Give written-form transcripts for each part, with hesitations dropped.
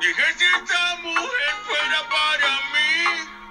Dije si esta mujer fuera para mí.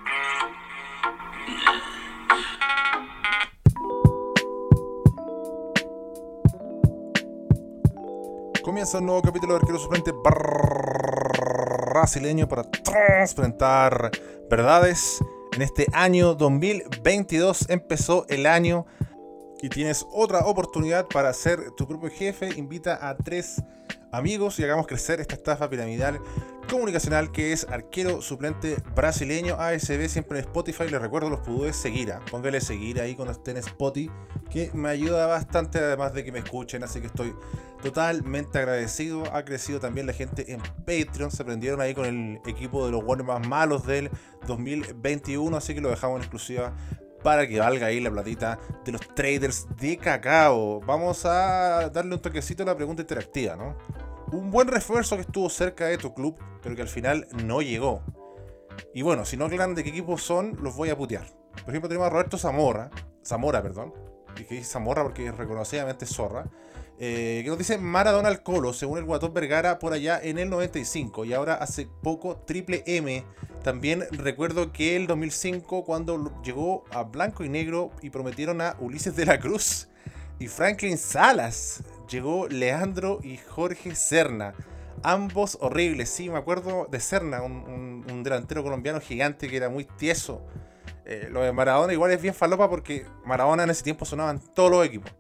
Comienza un nuevo capítulo de Arquero Suplente brasileño para transparentar verdades. En este año 2022 empezó el año y tienes otra oportunidad para ser tu propio jefe. Invita a 3 amigos y hagamos crecer esta estafa piramidal comunicacional que es Arquero Suplente Brasileño ASB, siempre en Spotify. Les recuerdo los pudúes seguir, póngale seguir ahí cuando esté en Spotify, que me ayuda bastante, además de que me escuchen, así que estoy totalmente agradecido. Ha crecido también la gente en Patreon, se prendieron ahí con el equipo de los buenos más malos del 2021, así que lo dejamos en exclusiva para que valga ahí la platita de los traders de cacao. Vamos a darle un toquecito a la pregunta interactiva, ¿no? Un buen refuerzo que estuvo cerca de tu club, pero que al final no llegó. Y bueno, si no aclaran de qué equipos son, los voy a putear. Por ejemplo, tenemos a Roberto Zamora, y que dice Zamorra porque es reconocidamente zorra, que nos dice Maradona al Colo, según el Guatón Vergara, por allá en el 95, y ahora hace poco Triple M. También recuerdo que el 2005, cuando llegó a Blanco y Negro y prometieron a Ulises de la Cruz y Franklin Salas, llegó Leandro y Jorge Serna, ambos horribles. Sí, me acuerdo de Serna, un delantero colombiano gigante que era muy tieso. Lo de Maradona igual es bien falopa porque Maradona en ese tiempo sonaban todos los equipos.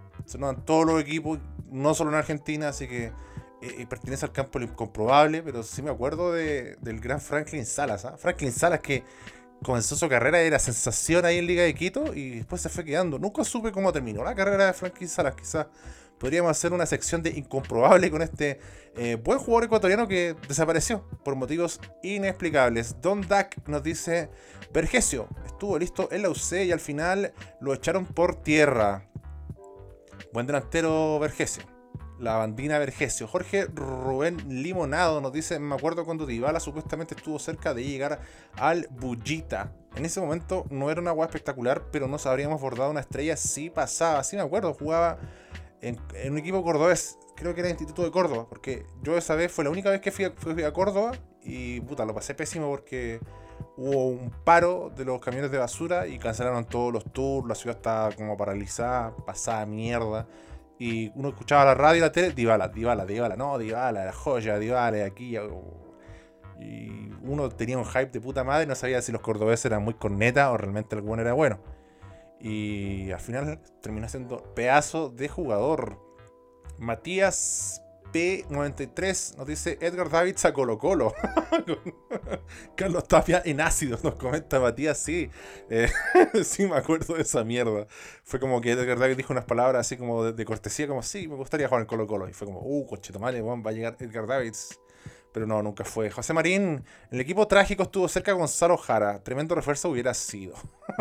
No solo en Argentina, así que pertenece al campo de lo incomprobable, pero sí me acuerdo del gran Franklin Salas. Franklin Salas, que comenzó su carrera, era sensación ahí en Liga de Quito y después se fue quedando. Nunca supe cómo terminó la carrera de Franklin Salas. Quizás podríamos hacer una sección de incomprobable con este buen jugador ecuatoriano que desapareció por motivos inexplicables. Don Duck nos dice: Vergesio estuvo listo en la UC y al final lo echaron por tierra. Buen delantero Vergesio, la bandina Vergesio. Jorge Rubén Limonado nos dice: me acuerdo cuando Dybala supuestamente estuvo cerca de llegar al Bullita. En ese momento no era una guay espectacular, pero nos habríamos bordado una estrella si pasaba. Sí me acuerdo, jugaba en un equipo cordobés, creo que era el Instituto de Córdoba, porque yo esa vez fue la única vez que fui a Córdoba y puta, lo pasé pésimo porque hubo un paro de los camiones de basura y cancelaron todos los tours, la ciudad estaba como paralizada, pasada mierda. Y uno escuchaba la radio y la tele, Dybala, no, Dybala, la joya, Dybala, aquí. Y uno tenía un hype de puta madre y no sabía si los cordobeses eran muy corneta o realmente el bueno era bueno. Y al final terminó siendo pedazo de jugador. Matías P93 nos dice: Edgar Davids a Colo Colo. Carlos Tapia en ácidos, nos comenta Matías. Sí, sí me acuerdo de esa mierda. Fue como que Edgar Davids dijo unas palabras así como de cortesía, como sí, me gustaría jugar en Colo Colo. Y fue como, conchetomare, va a llegar Edgar Davids. Pero no, nunca fue. José Marín, el equipo trágico estuvo cerca de Gonzalo Jara. Tremendo refuerzo hubiera sido.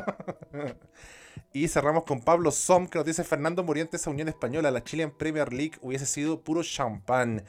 Y cerramos con Pablo Som, que nos dice: Fernando Morientes a Unión Española, la Chilean Premier League hubiese sido puro champán.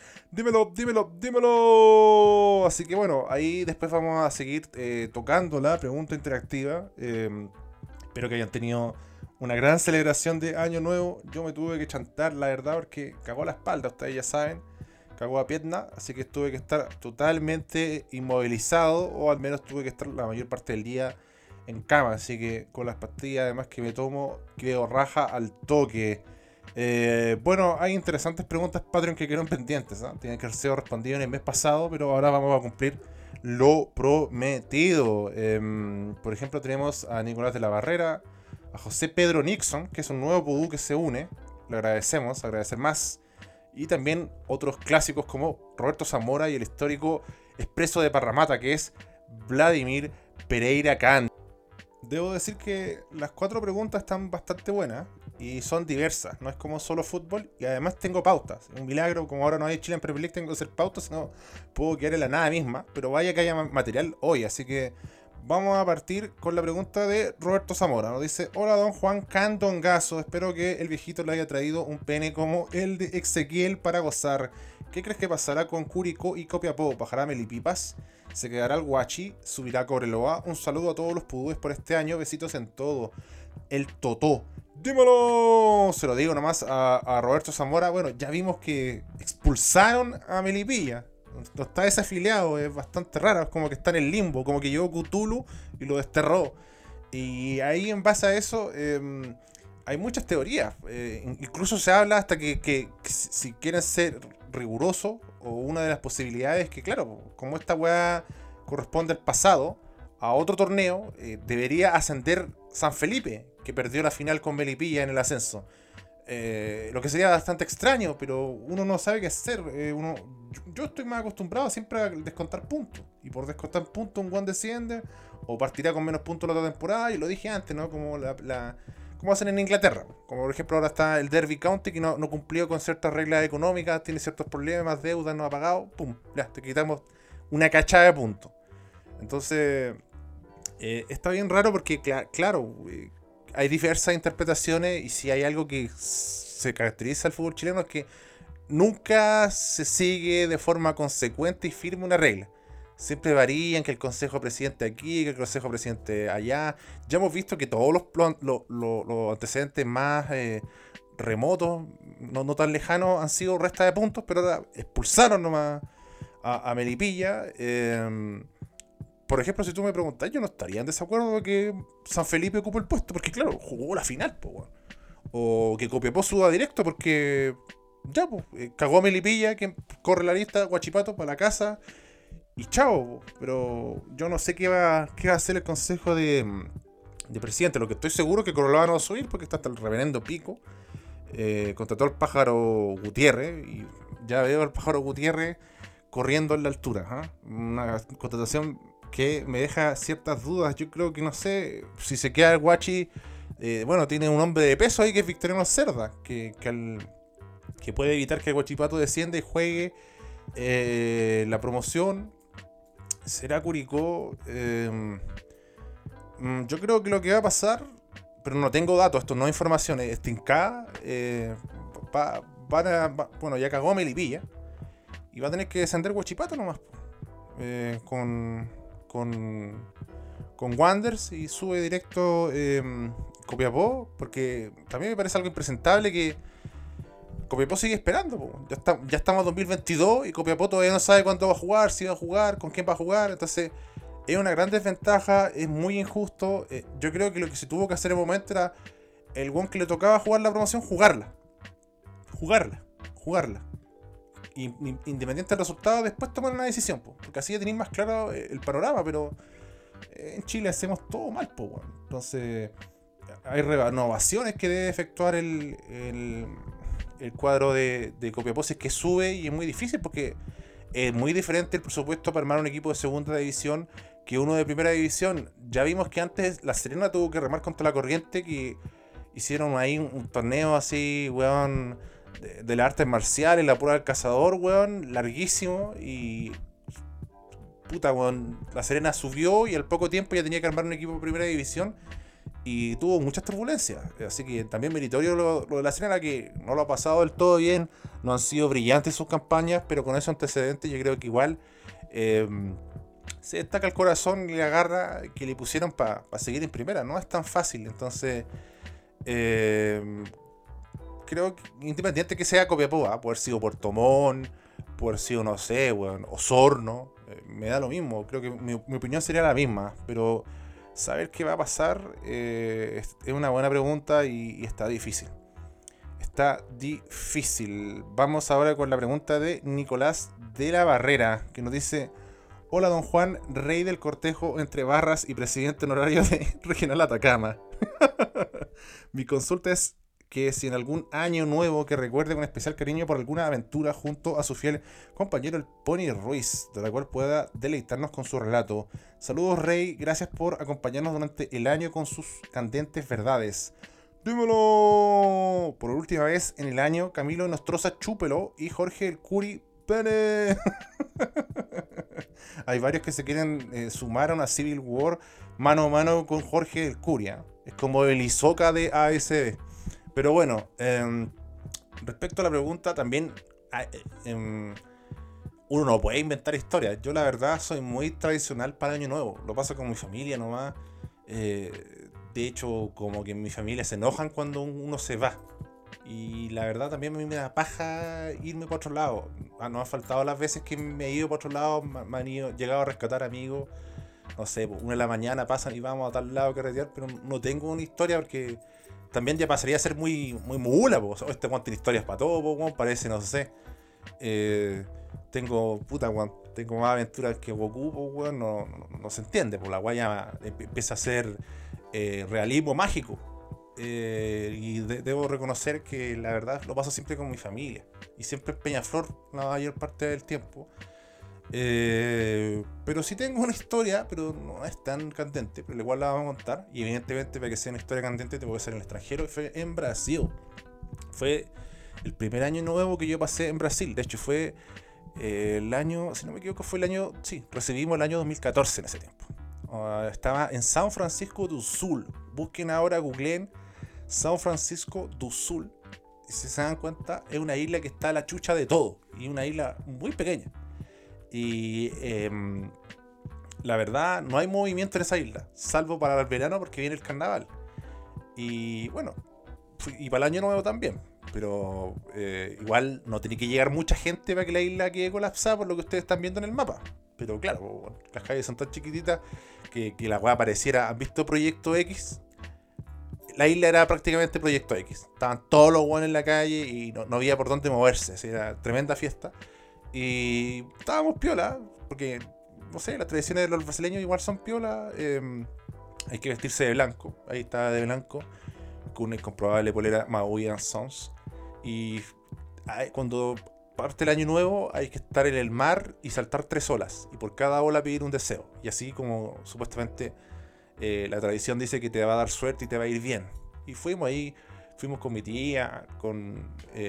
Dímelo. Así que bueno, ahí después vamos a seguir tocando la pregunta interactiva. Espero que hayan tenido una gran celebración de Año Nuevo. Yo me tuve que chantar, la verdad, porque cagó la espalda, ustedes ya saben. Cagó a pierna, así que tuve que estar totalmente inmovilizado, o al menos tuve que estar la mayor parte del día en cama, así que con las pastillas además que me tomo quedo raja al toque. Bueno, hay interesantes preguntas Patreon que quedaron pendientes, ¿eh? Tienen que haber sido respondidas en el mes pasado, pero ahora vamos a cumplir lo prometido. Por ejemplo, tenemos a Nicolás de la Barrera, a José Pedro Nixon, que es un nuevo pudú que se une, le agradecemos, agradecer más. Y también otros clásicos como Roberto Zamora y el histórico Expreso de Parramatta, que es Vladimir Pereira Can. Debo decir que las 4 preguntas están bastante buenas y son diversas, no es como solo fútbol, y además tengo pautas. Un milagro, como ahora no hay Chile en Premier League, tengo que hacer pautas, no puedo quedar en la nada misma, pero vaya que haya material hoy, así que vamos a partir con la pregunta de Roberto Zamora. Nos dice: hola don Juan Candongazo, espero que el viejito le haya traído un pene como el de Ezequiel para gozar. ¿Qué crees que pasará con Curicó y Copiapó? ¿Bajará Melipipas? ¿Se quedará el Guachi? ¿Subirá Cobreloa? Un saludo a todos los pudúes por este año, besitos en todo. El Totó. ¡Dímelo! Se lo digo nomás a Roberto Zamora. Bueno, ya vimos que expulsaron a Melipilla. No está desafiliado, es bastante raro, es como que está en el limbo, como que llegó Cthulhu y lo desterró. Y ahí en base a eso hay muchas teorías. Incluso se habla hasta que si quieren ser rigurosos, o una de las posibilidades que, claro, como esta weá corresponde al pasado, a otro torneo, debería ascender San Felipe, que perdió la final con Melipilla en el ascenso. Lo que sería bastante extraño, pero uno no sabe qué hacer. Yo estoy más acostumbrado siempre a descontar puntos. Y por descontar puntos un one desciende o partirá con menos puntos la otra temporada. Y lo dije antes, ¿no? Como hacen en Inglaterra. Como por ejemplo ahora está el Derby County que no cumplió con ciertas reglas económicas, tiene ciertos problemas, deudas, no ha pagado. Pum, ya, te quitamos una cachada de puntos. Entonces, está bien raro porque, claro, hay diversas interpretaciones y si hay algo que se caracteriza al fútbol chileno es que nunca se sigue de forma consecuente y firme una regla. Siempre varían, que el consejo presidente aquí, que el consejo presidente allá. Ya hemos visto que todos los antecedentes más remotos, no tan lejanos, han sido resta de puntos, pero ahora expulsaron nomás a Melipilla. Por ejemplo, si tú me preguntas, yo no estaría en desacuerdo de que San Felipe ocupe el puesto, porque claro, jugó la final, po, o que Copiapó suba directo, porque ya, pues, cagó a Melipilla, que corre la lista, Guachipato, para la casa, y chao. Pero yo no sé qué va a hacer el consejo de presidente. Lo que estoy seguro es que Corolava no va a subir, porque está hasta el reverendo pico. Contrató al pájaro Gutiérrez, y ya veo al pájaro Gutiérrez corriendo en la altura. Una contratación que me deja ciertas dudas. Yo creo que no sé si se queda el Guachi. Bueno, tiene un hombre de peso ahí que es Victoriano Cerda, que puede evitar que el Guachipato descienda y juegue la promoción. Será Curicó. Yo creo que lo que va a pasar, pero no tengo datos, esto no es información, es Tincada. Bueno, ya cagó a Melipilla y va a tener que descender Guachipato nomás. Con Wanderers y sube directo Copiapó, porque también me parece algo impresentable que Copiapó sigue esperando, po. Ya estamos en 2022 y Copiapó todavía no sabe cuánto va a jugar, si va a jugar, con quién va a jugar. Entonces es una gran desventaja, es muy injusto. Yo creo que lo que se tuvo que hacer en el momento era el one que le tocaba jugar la promoción, jugarla. Independiente del resultado, después tomar una decisión, po, porque así ya tenéis más claro el panorama. Pero en Chile hacemos todo mal, po, bueno. Entonces hay renovaciones que debe efectuar el cuadro de Copiapó si es que sube, y es muy difícil porque es muy diferente el presupuesto para armar un equipo de segunda división que uno de primera división. Ya vimos que antes La Serena tuvo que remar contra la corriente, que hicieron ahí un torneo así, weón, de las artes marciales, la prueba del cazador, weón, larguísimo, y puta, weón, La Serena subió y al poco tiempo ya tenía que armar un equipo de primera división y tuvo muchas turbulencias. Así que también meritorio lo de La Serena, que no lo ha pasado del todo bien, no han sido brillantes sus campañas, pero con esos antecedentes yo creo que igual se destaca el corazón y la garra que le pusieron para seguir en primera. No es tan fácil. Entonces creo que independiente que sea Copiapó, puede haber sido Puerto Montt, puede haber sido, no sé, bueno, Osorno, me da lo mismo. Creo que mi opinión sería la misma, pero saber qué va a pasar es una buena pregunta y está difícil. Está difícil. Vamos ahora con la pregunta de Nicolás de la Barrera, que nos dice: hola don Juan, rey del cortejo entre barras y presidente honorario de Regional Atacama. Mi consulta es que si en algún año nuevo que recuerde con especial cariño por alguna aventura junto a su fiel compañero el Pony Ruiz, de la cual pueda deleitarnos con su relato. Saludos, Rey, gracias por acompañarnos durante el año con sus candentes verdades. ¡Dímelo! Por última vez en el año, Camilo Nostroza Chúpelo y Jorge el Curi Pene. Hay varios que se quieren sumar a una Civil War mano a mano con Jorge el Curia. Es como el Isoca de ASB. Pero bueno, respecto a la pregunta, también uno no puede inventar historias. Yo la verdad soy muy tradicional para Año Nuevo. Lo paso con mi familia nomás. De hecho, como que en mi familia se enojan cuando uno se va. Y la verdad también a mí me da paja irme para otro lado. no han faltado las veces que me he ido para otro lado, me han llegado a rescatar amigos. No sé, pues, 1 de la mañana pasan y vamos a tal lado a carretear, pero no tengo una historia porque también ya pasaría a ser muy, muy mula, pues. Este weón tiene historias para todo, pues, weón, parece, no sé. Tengo, puta, weón, tengo más aventuras que Goku, pues, weón, no se entiende, pues la guaya empieza a ser realismo mágico. Y debo reconocer que la verdad lo paso siempre con mi familia y siempre en Peñaflor la mayor parte del tiempo. Pero sí tengo una historia, pero no es tan candente, pero igual la vamos a contar. Y evidentemente, para que sea una historia candente, tengo que ser en el extranjero. Y fue en Brasil. Fue el primer año nuevo que yo pasé en Brasil. De hecho, fue el año, si no me equivoco, fue el año, sí, recibimos el año 2014 en ese tiempo. Estaba en São Francisco do Sul. Busquen ahora, googleen São Francisco do Sul. Y si se dan cuenta, es una isla que está a la chucha de todo. Y una isla muy pequeña. Y la verdad, no hay movimiento en esa isla, salvo para el verano porque viene el carnaval. Y bueno, y para el año nuevo también. Pero igual no tiene que llegar mucha gente para que la isla quede colapsada por lo que ustedes están viendo en el mapa. Pero claro, bueno, las calles son tan chiquititas que la weá pareciera. ¿Han visto Proyecto X? La isla era prácticamente Proyecto X. Estaban todos los weones en la calle y no había por dónde moverse. Así, era tremenda fiesta. Y estábamos piola, porque, no sé, las tradiciones de los brasileños igual son piola. Hay que vestirse de blanco. Ahí está de blanco, con una incomprobable polera Maui and Sons. Y cuando parte el año nuevo hay que estar en el mar y saltar 3 olas. Y por cada ola pedir un deseo. Y así como supuestamente la tradición dice que te va a dar suerte y te va a ir bien. Y fuimos ahí, fuimos con mi tía, con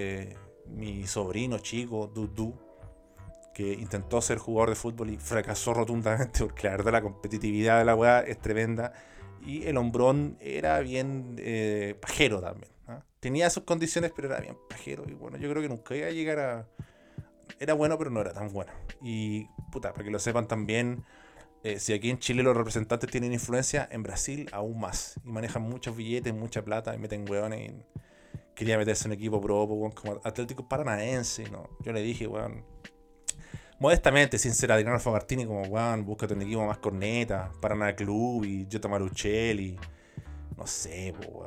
mi sobrino chico, Dudu, que intentó ser jugador de fútbol y fracasó rotundamente porque la verdad la competitividad de la weá es tremenda y el hombrón era bien pajero también, ¿eh? Tenía sus condiciones pero era bien pajero y bueno, yo creo que nunca iba a llegar a... Era bueno pero no era tan bueno. Y puta, para que lo sepan también, si aquí en Chile los representantes tienen influencia, en Brasil aún más y manejan muchos billetes, mucha plata y meten weones y quería meterse en un equipo pro, weón, como Atlético Paranaense, ¿no? Yo le dije, weón, modestamente, sin ser Adriano Fogartini, como weón, búscate un equipo más corneta, Paraná Club y Jota Maruchelli, no sé, weón.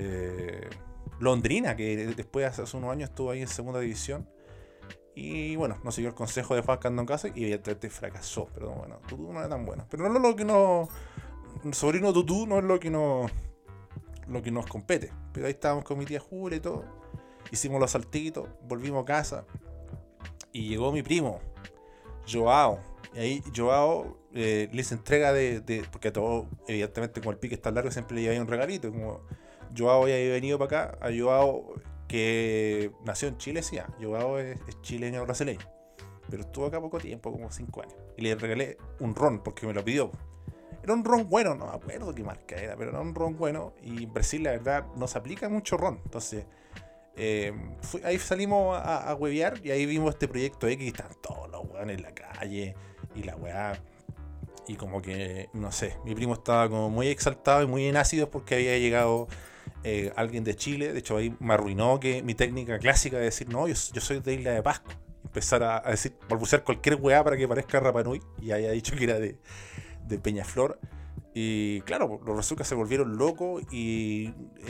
Londrina, que después hace unos años estuvo ahí en segunda división. Y bueno, no siguió el consejo de Juan Candoncaso y evidentemente fracasó. Pero bueno, Tutú no era tan bueno. Pero no es lo que no. El sobrino Tutú no es lo que nos compete. Pero ahí estábamos con mi tía Julia y todo. Hicimos los saltitos, volvimos a casa. Y llegó mi primo, Joao. Y ahí Joao les entrega porque a todos, evidentemente, como el pique está largo, siempre le lleva un regalito. Como Joao ya había venido para acá, a Joao, que nació en Chile, sí, Joao es chileno brasileño, pero estuvo acá poco tiempo, como 5 años. Y le regalé un ron porque me lo pidió. Era un ron bueno, no me acuerdo qué marca era, pero era un ron bueno. Y en Brasil, la verdad, no se aplica mucho ron. Entonces, ahí salimos a huevear y ahí vimos este proyecto X. Están todos los weones en la calle y la weá. Y como que, no sé, mi primo estaba como muy exaltado y muy en ácidos porque había llegado alguien de Chile. De hecho, ahí me arruinó que mi técnica clásica de decir, no, yo soy de Isla de Pascua. Empezar a decir, balbucear cualquier weá para que parezca Rapa Nui. Y haya dicho que era de Peñaflor. Y claro, los Resucas se volvieron locos y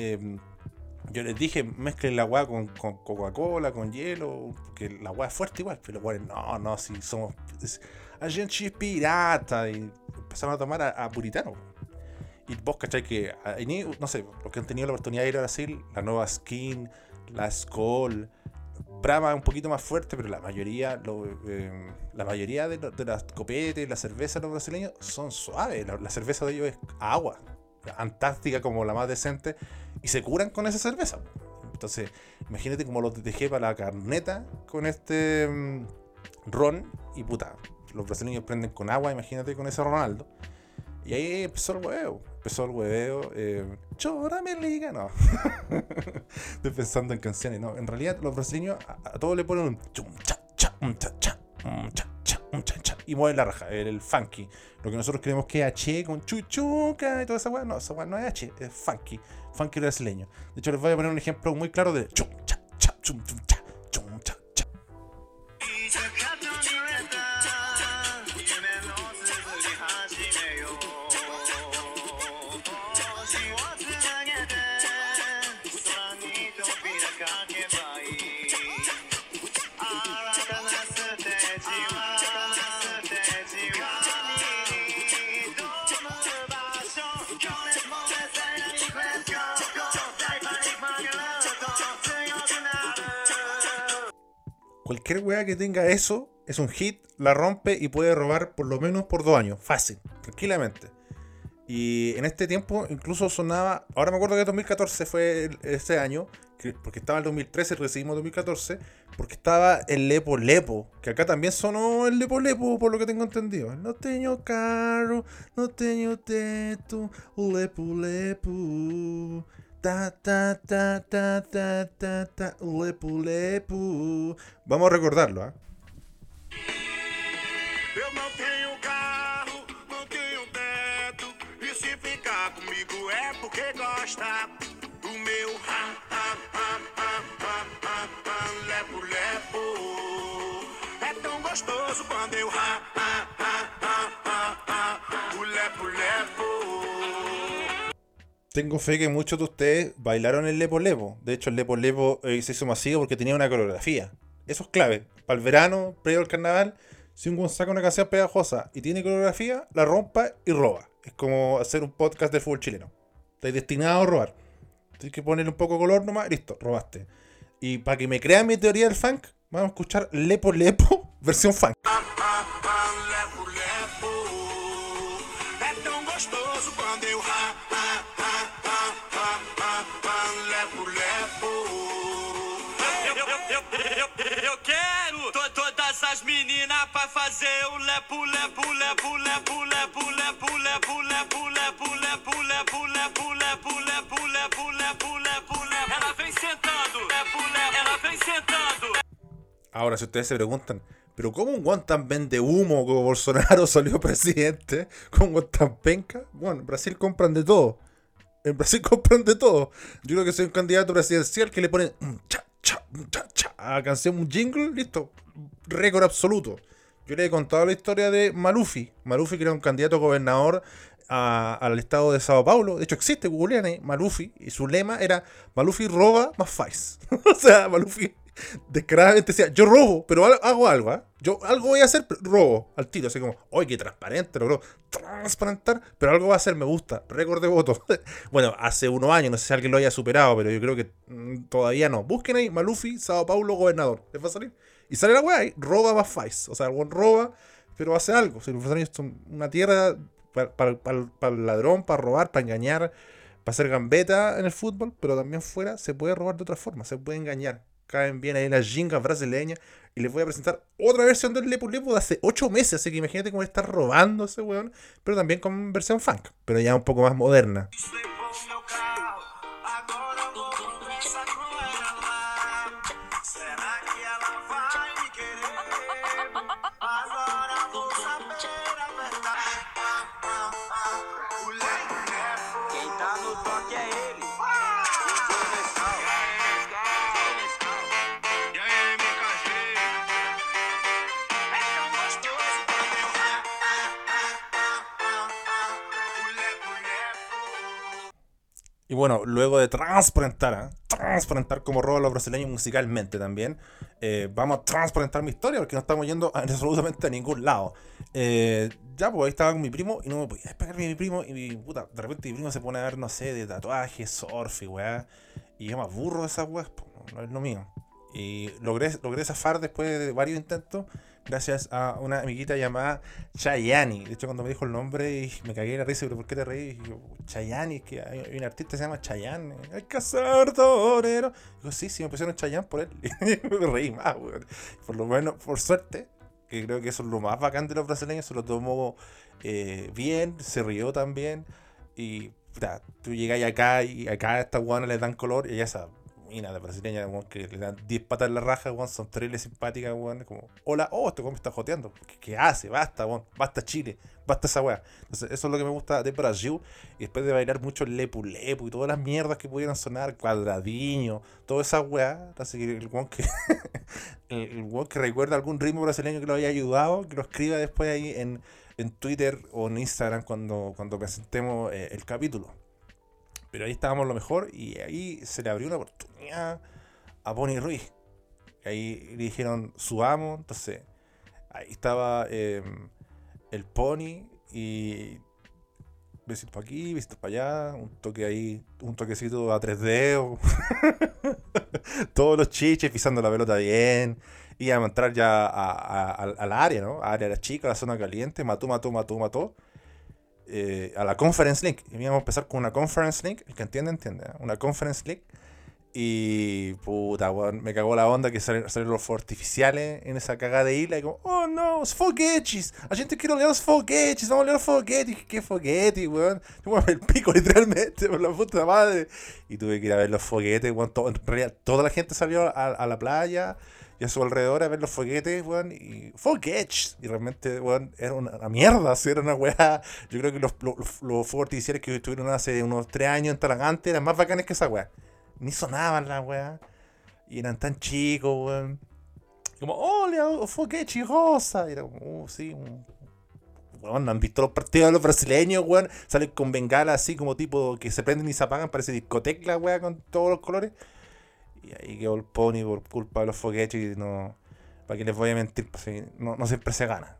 yo les dije, mezclen la weá con Coca-Cola, con hielo, porque la weá es fuerte igual. Pero bueno, no, si somos... A gente es pirata. Y empezaron a tomar a puritano. Y vos cachai que, no sé, los que han tenido la oportunidad de ir a Brasil, la Nova Skin, la Skol, Brahma es un poquito más fuerte, pero la mayoría de las copetes, las cervezas de los brasileños son suaves. La cerveza de ellos es agua, Antártica como la más decente, y se curan con esa cerveza. Entonces, imagínate como los dejé para la carneta con este ron, y puta, los brasileños prenden con agua, imagínate con ese Ronaldo. Y ahí empezó el hueveo. Chora mi liga, no. Estoy pensando en canciones, no. En realidad, los brasileños a todos le ponen un chum cha cha, cha cha, cha cha, cha cha, y mueven la raja, el funky. Lo que nosotros creemos que es H con chuchuca y toda esa weá, no, esa weá no es H, es funky brasileño. De hecho, les voy a poner un ejemplo muy claro de chum cha cha, chum cha, chum cha cha. Cualquier weá que tenga eso es un hit, la rompe y puede robar por lo menos por 2 años. Fácil, tranquilamente. Y en este tiempo incluso sonaba. Ahora me acuerdo que 2014 fue ese año, porque estaba el 2013 y recibimos 2014, porque estaba el Lepo Lepo, que acá también sonó el Lepo Lepo, por lo que tengo entendido. No tengo carro, no tengo teto, Lepo Lepo. Ta ta ta ta ta ta ta, Lepo Lepo. Vamos a recordarlo, ¿ah? Eu não tenho carro, não tenho teto. E se ficar comigo é porque gosta do meu lepo lepo. É tão gostoso quando eu o lepo lepo. Tengo fe que muchos de ustedes bailaron el Lepo Lepo. De hecho, el Lepo Lepo se hizo masivo porque tenía una coreografía. Eso es clave. Para el verano, previo al carnaval, si un saca una canción pegajosa y tiene coreografía, la rompa y roba. Es como hacer un podcast de fútbol chileno. Estáis destinado a robar. Tienes que ponerle un poco de color nomás, listo, robaste. Y para que me crean mi teoría del funk, vamos a escuchar Lepo Lepo versión funk. Lepo lepo. É tão gostoso quando eu lepo lepo. Eu quero todas as meninas pra fazer o lepo lepo lepo lepo lepo lepo lepo lepo lepo lepo lepo lepo lepo lepo lepo lepo lepo. Ela vem sentando, lepo lepo. Ela vem sentando. Ahora, si ustedes se preguntan, ¿pero cómo un guan tan vende humo como Bolsonaro salió presidente? ¿Cómo un guan tan penca? Bueno, en Brasil compran de todo. En Brasil compran de todo. Yo creo que soy un candidato presidencial que le ponen cha, cha, cha, cha, a canción, un jingle, listo. Récord absoluto. Yo le he contado la historia de Malufi. Malufi, que era un candidato a gobernador al estado de Sao Paulo. De hecho, existe, googlean ahí, Malufi. Y su lema era: Malufi roba más faz. O sea, Malufi descaradamente decía: yo robo, pero hago algo, ¿eh? Yo algo voy a hacer, pero robo al tiro. Así como, oye, qué transparente, logró transparentar, pero algo va a hacer, me gusta. Récord de votos. Bueno, hace unos años, no sé si alguien lo haya superado, pero yo creo que todavía no. Busquen ahí Malufi, Sao Paulo, gobernador. ¿Les va a salir? Y sale la weá ahí, roba más faz. O sea, el buen roba, pero hace algo. Si los es una tierra para el ladrón, para robar, para engañar, para hacer gambeta en el fútbol, pero también fuera se puede robar de otra forma, se puede engañar. Caen bien ahí las jingas brasileñas. Y les voy a presentar otra versión del Lepo Lepo de hace 8 meses. Así que imagínate cómo está robando ese weón. Pero también con versión funk, pero ya un poco más moderna. Y bueno, luego de transparentar como roban los brasileños musicalmente también, vamos a transparentar mi historia porque no estamos yendo absolutamente a ningún lado. Ya, pues ahí estaba con mi primo y no me podía despegar de mi primo. Y puta, de repente mi primo se pone a ver, no sé, de tatuajes, surf y weá. Y yo me aburro de esas weas, pues, no es lo mío. Y logré zafar después de varios intentos, gracias a una amiguita llamada Chayani. De hecho, cuando me dijo el nombre, me cagué de la risa. ¿Pero por qué te reí? Y yo, Chayani, es que hay un artista que se llama Chayanne. Hay que ser torero. Digo, sí, me pusieron Chayanne por él. Y me reí más, weón. Por lo menos, por suerte, que creo que eso es lo más bacán de los brasileños, se lo tomó bien, se rió también. Y puta, tú llegas acá y acá a estas guanas les dan color y ya sabes. Mina de brasileña, weón, que le dan 10 patas en la raja, weón, son terribles simpáticas, weón, como, hola, este weón me está joteando, ¿qué hace? Basta, weón, basta Chile, basta esa weá. Entonces, eso es lo que me gusta de Brasil. Y después de bailar mucho el Lepo Lepo y todas las mierdas que pudieran sonar, Cuadradiño, toda esa weá, así que el weón que el weón que recuerda algún ritmo brasileño que lo haya ayudado, que lo escriba después ahí en Twitter o en Instagram cuando presentemos el capítulo. Pero ahí estábamos lo mejor y ahí se le abrió una oportunidad a Pony Ruiz. Y ahí le dijeron su amo, entonces ahí estaba el Pony y besitos para aquí, besitos para allá, un toque ahí, un toquecito a 3D, todos los chiches pisando la pelota bien. Íbamos a entrar ya al área, ¿no? A área de la chica, a la zona caliente, mató. A la Conference League. Y íbamos a empezar con una Conference League. El que entiende, ¿eh? Una Conference League. Y puta, weón, me cagó la onda que salieron los fuegos artificiales en esa cagada de isla. Y como, oh no, os foguetes. A gente quiere olhar os foguetes, vamos a olhar os foguetes. ¿Qué foguetes, weón? Yo me el pico literalmente, por la puta madre. Y tuve que ir a ver los foguetes, weón. En realidad, toda la gente salió a la playa y a su alrededor a ver los foguetes, weón. Y foguetes. Y realmente, weón, era una mierda, así, era una weá. Yo creo que los fuegos artificiales que estuvieron hace unos 3 años en Talagante eran más bacanes que esa weá. Ni sonaban las weas. Y eran tan chicos, weón. Como, ¡oh, foguete rosa! Y era como, sí. Weón, ¿han visto los partidos de los brasileños, weón? Salen con bengala así como tipo que se prenden y se apagan. Parece discoteca la wea con todos los colores. Y ahí quedó el Pony por culpa de los foguetes. Y no, para que les voy a mentir, pues, sí, no siempre se gana.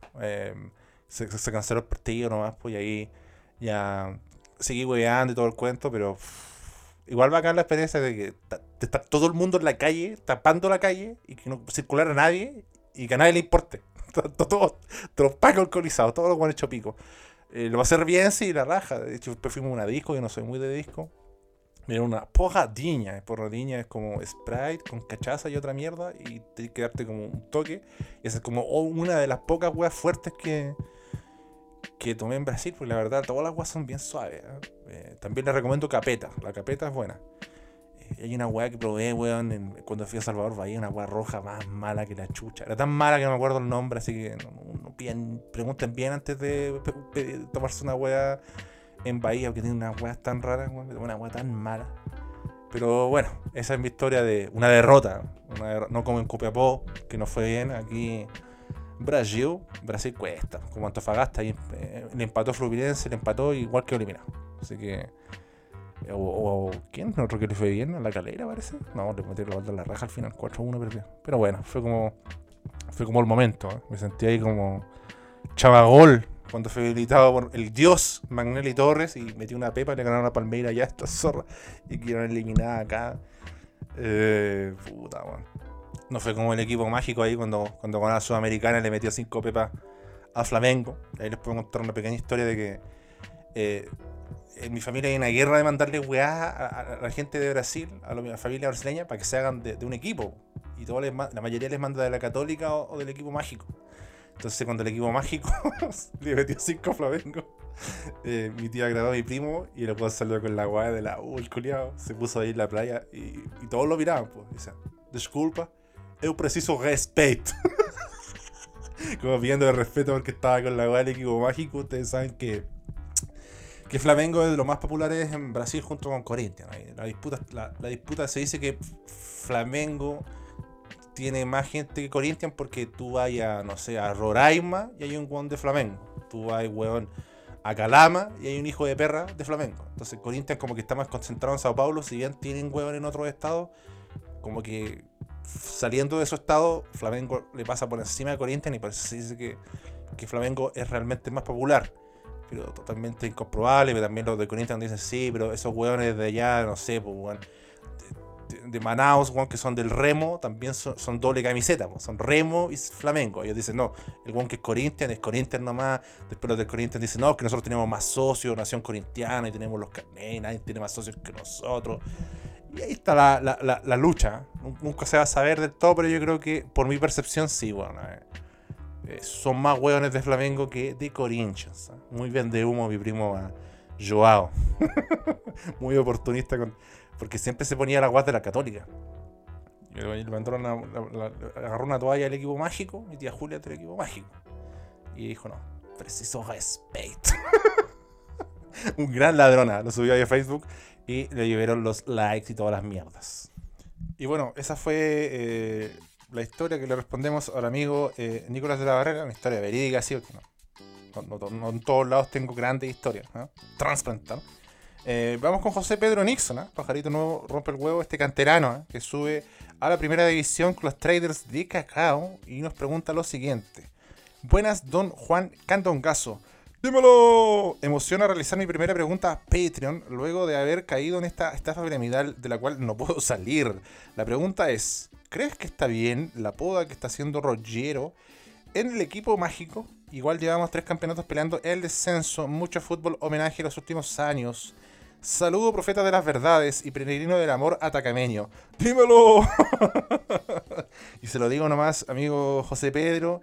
Se canceló el partido nomás, pues, y ahí ya seguí weando y todo el cuento, pero igual va a la experiencia de que de estar todo el mundo en la calle, tapando la calle, y que no circulara nadie, y que a nadie le importe. Todos los pacos alcoholizados, todos los buenos hechos pico. Lo va a hacer bien, sí, la raja. De hecho, después fuimos a una disco, yo no soy muy de disco. Era una porradiña. Porradiña es como Sprite con cachaza y otra mierda, y tienes que darte como un toque. Y esa es como una de las pocas weas fuertes que tomé en Brasil, porque la verdad todas las weas son bien suaves, ¿eh? También les recomiendo Capeta. La Capeta es buena. Hay una wea que probé, weón, cuando fui a Salvador Bahía, una wea roja más mala que la chucha. Era tan mala que no me acuerdo el nombre, así que pregunten bien antes de tomarse una wea en Bahía, porque tiene unas weas tan raras, weón, una wea tan mala. Pero bueno, esa es mi historia de una derrota. No como en Copiapó, que no fue bien. Aquí Brasil cuesta, como Antofagasta, y le empató Fluminense, le empató igual que eliminado. Así que ¿quién? ¿Otro que le fue bien? ¿A la Calera parece? No, le metieron la banda en la raja al final, 4-1 perdió. Pero bueno, fue como el momento, ¿eh? Me sentí ahí como Chavagol cuando fue habilitado por el dios Magnelli Torres y metió una pepa y le ganaron a Palmeira ya esta zorra y quedaron eliminadas acá. Puta, bueno. No fue como el equipo mágico ahí cuando ganó la Sudamericana le metió 5 pepas a Flamengo. Ahí les puedo contar una pequeña historia de que en mi familia hay una guerra de mandarle weá a la gente de Brasil, a la familia brasileña, para que se hagan de un equipo. Y la mayoría les manda de la Católica o del equipo mágico. Entonces cuando el equipo mágico le metió 5 a Flamengo, mi tía grabó a mi primo y le puso salir con la weá de la el culiao. Se puso ahí en la playa y todos lo miraban, pues. Decían, disculpa, eu preciso respeto. Como pidiendo de respeto porque estaba con la weá del equipo mágico. Ustedes saben que Flamengo es de los más populares en Brasil junto con Corinthians. La disputa se dice que Flamengo tiene más gente que Corinthians porque tú vas a Roraima y hay un weón de Flamengo. Tú vas, weón, a Calama y hay un hijo de perra de Flamengo. Entonces Corinthians como que está más concentrado en Sao Paulo, si bien tienen weón en otros estados, como que saliendo de su estado, Flamengo le pasa por encima de Corinthians y por eso se dice que Flamengo es realmente más popular. Pero totalmente incomprobable, pero también los de Corinthians dicen sí, pero esos hueones de allá, no sé, pues weón, de Manaus, weón, que son del Remo, también son doble camiseta, pues, son Remo y Flamengo. Ellos dicen no, el weón que es Corinthians nomás. Después los de Corinthians dicen no, que nosotros tenemos más socios, nación corintiana, y tenemos los carnets, nadie tiene más socios que nosotros. Y ahí está la lucha. Nunca se va a saber del todo, pero yo creo que por mi percepción sí, bueno, son más hueones de Flamengo que de Corinthians. Muy bien de humo mi primo Joao. Muy oportunista porque siempre se ponía la guas de la Católica. Le mandaron agarró una toalla del equipo mágico, mi tía Julia del equipo mágico. Y dijo, no, preciso respeto. Un gran ladrona. Lo subió ahí a Facebook y le llevaron los likes y todas las mierdas. Y bueno, esa fue la historia que le respondemos al amigo Nicolás de la Barrera, una historia verídica, así, porque no en todos lados tengo grandes historias, ¿no? Transparental. Vamos con José Pedro Nixon, ¿eh? Pajarito nuevo rompe el huevo, este canterano, ¿eh? Que sube a la primera división con los Traders de Cacao y nos pregunta lo siguiente. Buenas, don Juan Candongazo. ¡Dímelo! Emociona realizar mi primera pregunta a Patreon luego de haber caído en esta estafa piramidal de la cual no puedo salir. La pregunta es, ¿crees que está bien la poda que está haciendo Rogero en el equipo mágico? Igual llevamos 3 campeonatos peleando el descenso, mucho fútbol homenaje en los últimos años. Saludo, profeta de las verdades y peregrino del amor atacameño. ¡Dímelo! Y se lo digo nomás, amigo José Pedro.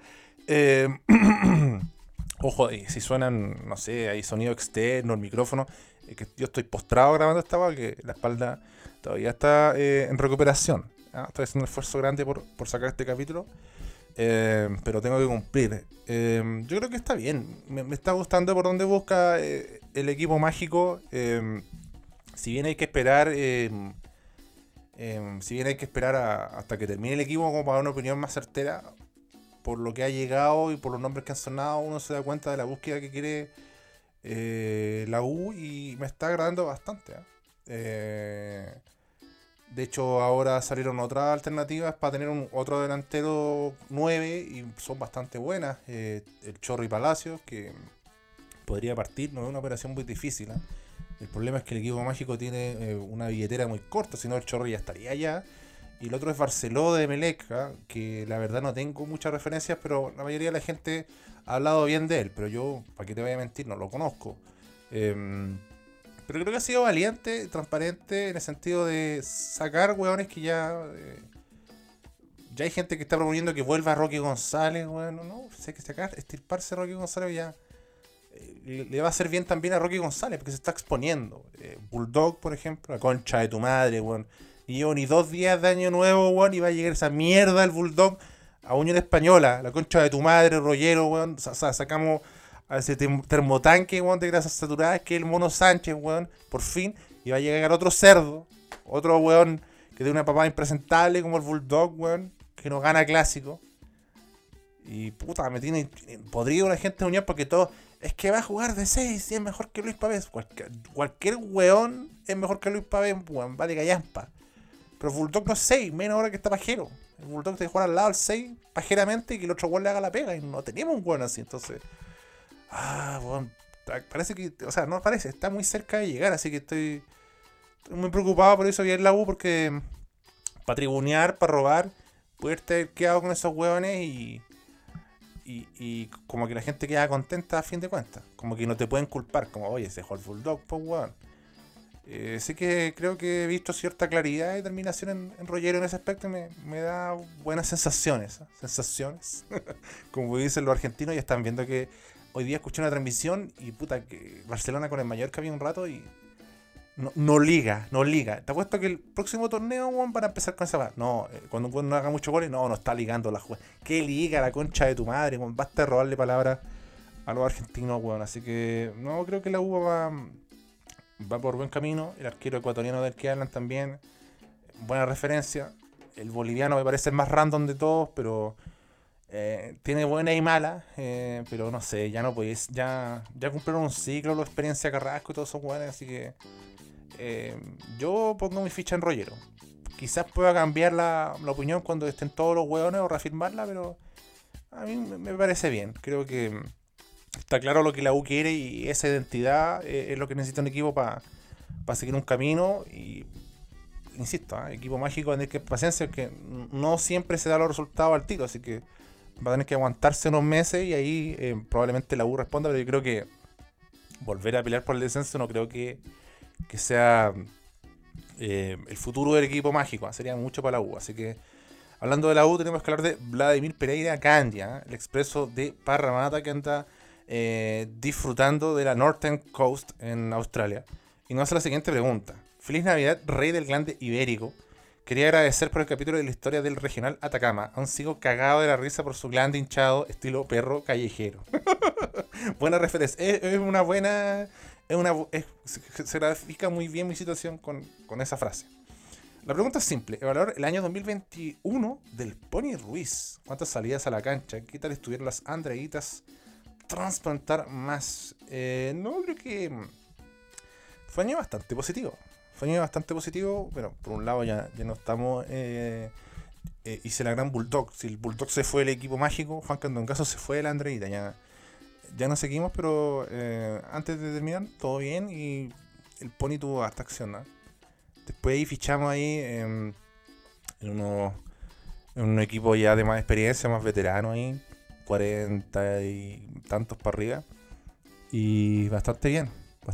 Ojo, si suenan, no sé, hay sonido externo, el micrófono. Que yo estoy postrado grabando esta weá, que la espalda todavía está en recuperación. Estoy haciendo un esfuerzo grande por sacar este capítulo. Pero tengo que cumplir. Yo creo que está bien. Me está gustando por donde busca el equipo mágico. Si bien hay que esperar hasta que termine el equipo como para dar una opinión más certera, por lo que ha llegado y por los nombres que han sonado, uno se da cuenta de la búsqueda que quiere la U y me está agradando bastante. De hecho, ahora salieron otras alternativas para tener otro delantero 9 y son bastante buenas. El Chorri Palacios, que podría partir, no es una operación muy difícil. El problema es que el equipo mágico tiene una billetera muy corta, si no el Chorri ya estaría allá. Y el otro es Barceló de Emelec, que la verdad no tengo muchas referencias, pero la mayoría de la gente ha hablado bien de él. Pero yo, para qué te voy a mentir, no lo conozco. Pero creo que ha sido valiente, transparente, en el sentido de sacar hueones que ya hay gente que está proponiendo que vuelva Roque González, weón. No, sé que sacar, estirparse a Roque González ya le va a hacer bien también a Roque González, porque se está exponiendo. Bulldog, por ejemplo, la concha de tu madre, weón. Y llevo ni 2 días de año nuevo, weón, y va a llegar esa mierda el Bulldog a Unión Española, la concha de tu madre, Rollero, weón. Sacamos a ese termotanque, weón, de grasas saturadas, que es el Mono Sánchez, weón, por fin. Y va a llegar otro cerdo, otro weón que tiene una papá impresentable como el Bulldog, weón, que no gana clásico. Y puta, me tiene podrido la gente de Unión porque todo es que va a jugar de 6 y es mejor que Luis Pavés. Cualquier weón es mejor que Luis Pavés, weón, vale callampa. Pero el Bulldog no es 6, menos ahora que está pajero. El Bulldog tiene que jugar al lado del 6 pajeramente y que el otro weón le haga la pega. Y no tenemos un weón así, entonces. Bueno, parece que, o sea, no parece, está muy cerca de llegar, así que estoy muy preocupado por eso bien la U, porque para tribunear, para robar, poder estar quedado con esos hueones y como que la gente queda contenta a fin de cuentas, como que no te pueden culpar, como, oye, se dejó el Bulldog, pues hueón. Así que creo que he visto cierta claridad y determinación en Rollero en ese aspecto y me da buenas sensaciones, como dicen los argentinos, ya están viendo que hoy día escuché una transmisión y puta que Barcelona con el Mallorca había un rato y no liga. Te apuesto que el próximo torneo, weón, van a empezar con esa. No, cuando un weón no haga muchos goles, no está ligando la juega. ¿Qué liga la concha de tu madre, weón? Basta de robarle palabras a los argentinos, weón. Así que no, creo que la U va por buen camino. El arquero ecuatoriano del que hablan también, buena referencia. El boliviano me parece el más random de todos, pero tiene buena y mala, pero no sé, ya no podéis, ya cumplieron un ciclo, la experiencia Carrasco y todos esos weones, así que yo pongo mi ficha en Rollero. Quizás pueda cambiar la opinión cuando estén todos los weones o reafirmarla, pero a mí me parece bien. Creo que está claro lo que la U quiere y esa identidad es lo que necesita un equipo para seguir un camino. Y insisto, equipo mágico, tener que paciencia, que no siempre se da los resultados al tiro, así que va a tener que aguantarse unos meses y ahí probablemente la U responda, pero yo creo que volver a pelear por el descenso no creo que sea el futuro del equipo mágico, sería mucho para la U. Así que hablando de la U, tenemos que hablar de Vladimir Pereira Candia, el expreso de Parramatta que anda disfrutando de la Northern Coast en Australia, y nos hace la siguiente pregunta: Feliz Navidad, rey del glande ibérico. Quería agradecer por el capítulo de la historia del regional Atacama. Aún sigo cagado de la risa por su glande hinchado estilo perro callejero. Buena referencia. Es una buena... se grafica muy bien mi situación con esa frase. La pregunta es simple. Evaluar el año 2021 del Pony Ruiz. ¿Cuántas salidas a la cancha? ¿Qué tal estuvieron las Andreitas? Transplantar más. No, creo que... Fue un año bastante positivo. Bueno, por un lado ya no estamos... hice la gran Bulldog. Si el Bulldog se fue el equipo mágico, Juan Candongazo se fue de la Andreita. Ya nos seguimos, pero antes de terminar, todo bien. Y el Pony tuvo hasta acción, ¿no? Después ahí fichamos ahí en un equipo ya de más experiencia, más veterano ahí. 40 y tantos para arriba. Y bastante bien.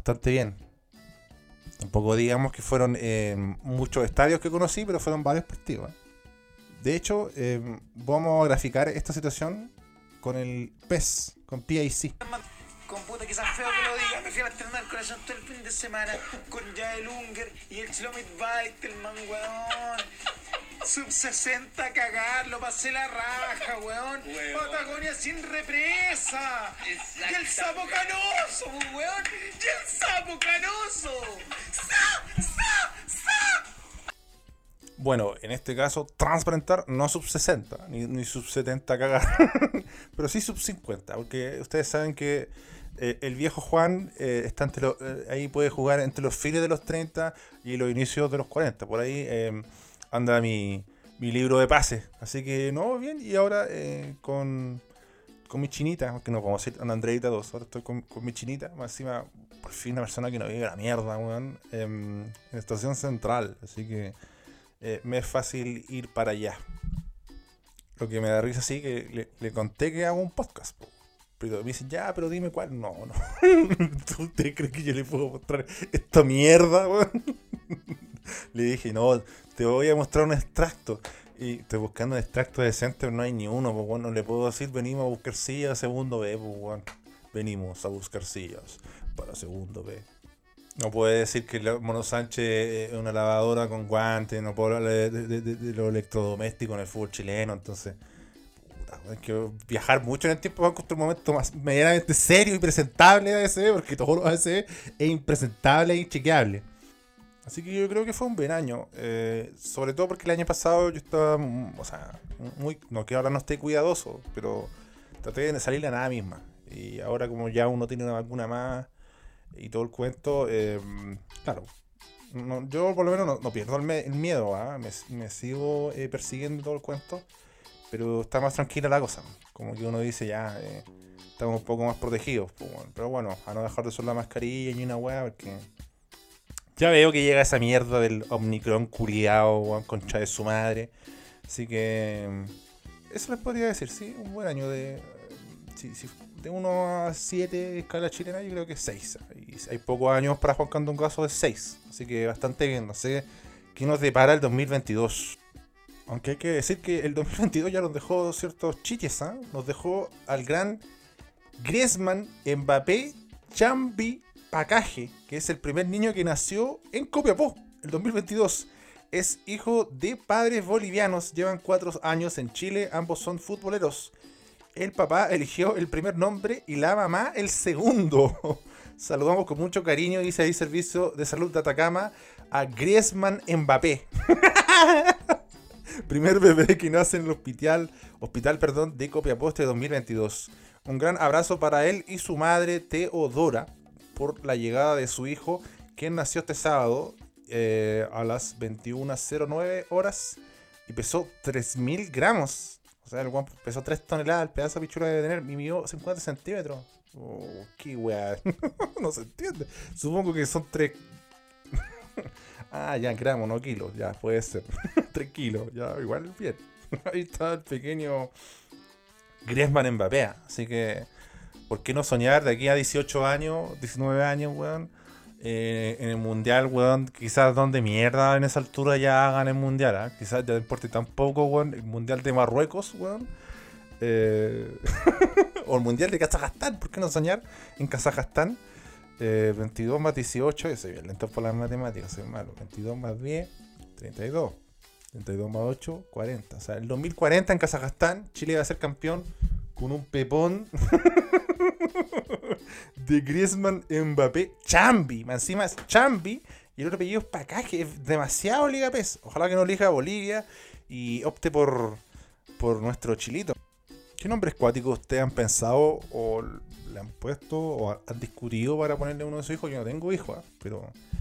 Tampoco digamos que fueron muchos estadios que conocí, pero fueron varios partidos. De hecho, vamos a graficar esta situación con el PES, con PIC. Con puta, quizás feo que lo diga, prefiero estrenar el corazón todo el fin de semana con Jael Unger y el Chlomit Weitelman, weón. Sub 60 cagar, lo pasé la raja, weón. Patagonia sin represa. Y el sapo canoso, weón. Y el sapo canoso. Bueno, en este caso, transparentar, no sub 60, ni sub 70 cagar, pero sí sub 50, porque ustedes saben que el viejo Juan está ahí puede jugar entre los fines de los 30 y los inicios de los 40, por ahí anda mi libro de pases, así que no, bien, y ahora con mi chinita, aunque no podemos ir a una Andreita 2, ahora estoy con mi chinita, más encima, por fin una persona que no vive la mierda, weón, en Estación Central, así que... me es fácil ir para allá. Lo que me da risa sí que le conté que hago un podcast, pero me dicen, ya, pero dime cuál. No. ¿Usted cree que yo le puedo mostrar esta mierda, weón? Le dije, no, te voy a mostrar un extracto. Y estoy buscando un extracto decente, pero no hay ni uno, pues bueno, no le puedo decir, venimos a buscar sillas segundo B, pues bueno. Venimos a buscar sillas para segundo B. No puede decir que Mono Sánchez es una lavadora con guantes, no puedo hablar de lo electrodoméstico en el fútbol chileno, entonces puta, hay que viajar mucho en el tiempo para encontrar un momento más medianamente serio y presentable de ASB, porque todo lo ASB es impresentable e inchequeable. Así que yo creo que fue un buen año, sobre todo porque el año pasado yo estaba, no que ahora no esté cuidadoso, pero traté de salir a nada misma, y ahora como ya uno tiene una vacuna más, y todo el cuento, claro, yo por lo menos no pierdo el miedo, me sigo persiguiendo todo el cuento, pero está más tranquila la cosa, como que uno dice ya, estamos un poco más protegidos, pero bueno, a no dejar de usar la mascarilla ni una weá, porque ya veo que llega esa mierda del Omicron culiao, concha de su madre, así que eso les podría decir, sí, un buen año de 1 a 7 escala chilena, yo creo que 6. Y hay pocos años para Juan Candongazo de 6. Así que bastante bien. No sé qué nos depara el 2022. Aunque hay que decir que el 2022 ya nos dejó ciertos chiches, ¿eh? Nos dejó al gran Griezmann Mbappé Chambi Pacaje, que es el primer niño que nació en Copiapó, el 2022. Es hijo de padres bolivianos, llevan 4 años en Chile, ambos son futboleros. El papá eligió el primer nombre y la mamá el segundo. Saludamos con mucho cariño, dice ahí Servicio de Salud de Atacama, a Griezmann Mbappé. Primer bebé que nace en el hospital de Copiapó este 2022. Un gran abrazo para él y su madre Teodora por la llegada de su hijo, quien nació este sábado a las 21:09 horas y pesó 3.000 gramos. O sea, el guapo pesó 3 toneladas, el pedazo de pichula debe tener, y midió 50 centímetros. Oh, qué weá. No se entiende. Supongo que son 3... ya, gramos, no kilos. Ya, puede ser. 3 kilos, ya, igual bien. Ahí está el pequeño Griezmann Mbappé. Así que, ¿por qué no soñar de aquí a 18 años, 19 años, weón? En el mundial, weón, quizás donde mierda en esa altura ya hagan el mundial, ¿eh? Quizás ya no importe tampoco, weón, el mundial de Marruecos, weón, o el mundial de Kazajstán, ¿por qué no soñar en Kazajstán? 22 más 18, yo soy bien lento por las matemáticas, soy malo, 22 más 10, 32, 32 más 8, 40, o sea, el 2040 en Kazajstán, Chile va a ser campeón con un pepón de Griezmann Mbappé Chambi. Encima es Chambi y el otro apellido es Pacaje. Es demasiado Liga PES. Ojalá que no elija a Bolivia y opte por nuestro chilito. ¿Qué nombres cuáticos ustedes han pensado o le han puesto o han discutido para ponerle a uno de sus hijos? Yo no tengo hijos, pero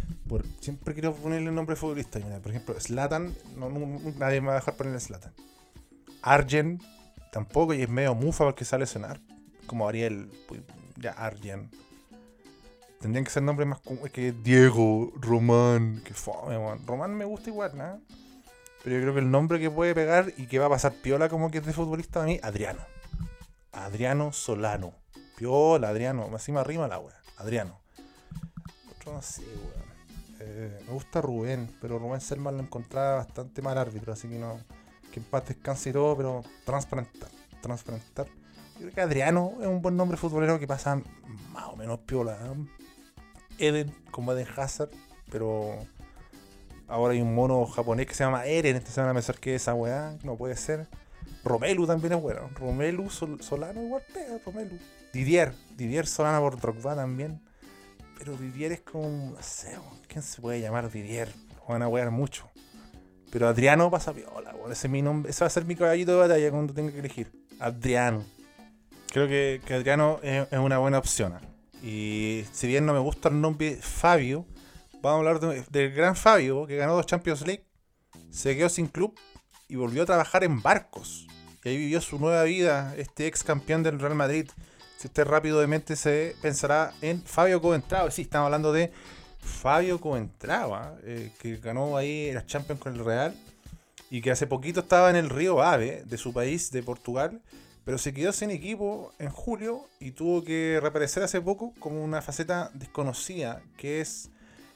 Siempre quiero ponerle nombre de futbolista. Mira, por ejemplo, Zlatan, nadie me va a dejar ponerle Zlatan. Arjen, tampoco, y es medio mufa porque sale a cenar. Como Ariel, pues, ya Arjen. Tendrían que ser nombres más que Diego, Román, que fome, man. Román me gusta igual, ¿no? Pero yo creo que el nombre que puede pegar y que va a pasar piola como que es de futbolista a mí, Adriano. Adriano Solano. Piola, Adriano. Así me arrima la wea. Adriano. Otro no sé, weón. Me gusta Rubén, pero Rubén Selman lo encontraba bastante mal árbitro, así que no. Que en paz descanse y todo, pero transparentar. Yo creo que Adriano es un buen nombre futbolero que pasa más o menos piola, ¿no? Eden, como Eden Hazard, pero ahora hay un mono japonés que se llama Eren, este se van a pensar que esa weá, no puede ser. Romelu también es bueno. Romelu Solano igual pega, Romelu. Didier Solano por Drogba también. Pero Didier es como, no sé, ¿quién se puede llamar Didier? Lo van a wear mucho. Pero Adriano pasa piola, weón. Ese es mi nombre, ese va a ser mi caballito de batalla cuando tenga que elegir. Adriano. Creo que Adriano es una buena opción. Y si bien no me gusta el nombre Fabio, vamos a hablar del gran Fabio, que ganó 2 Champions League, se quedó sin club y volvió a trabajar en barcos. Y ahí vivió su nueva vida, este ex campeón del Real Madrid. Si usted rápido de mente se pensará en Fabio Coentrao. Sí, estamos hablando de Fabio Coentrao, que ganó ahí las Champions con el Real y que hace poquito estaba en el Río Ave de su país, de Portugal, pero se quedó sin equipo en julio y tuvo que reaparecer hace poco como una faceta desconocida, que es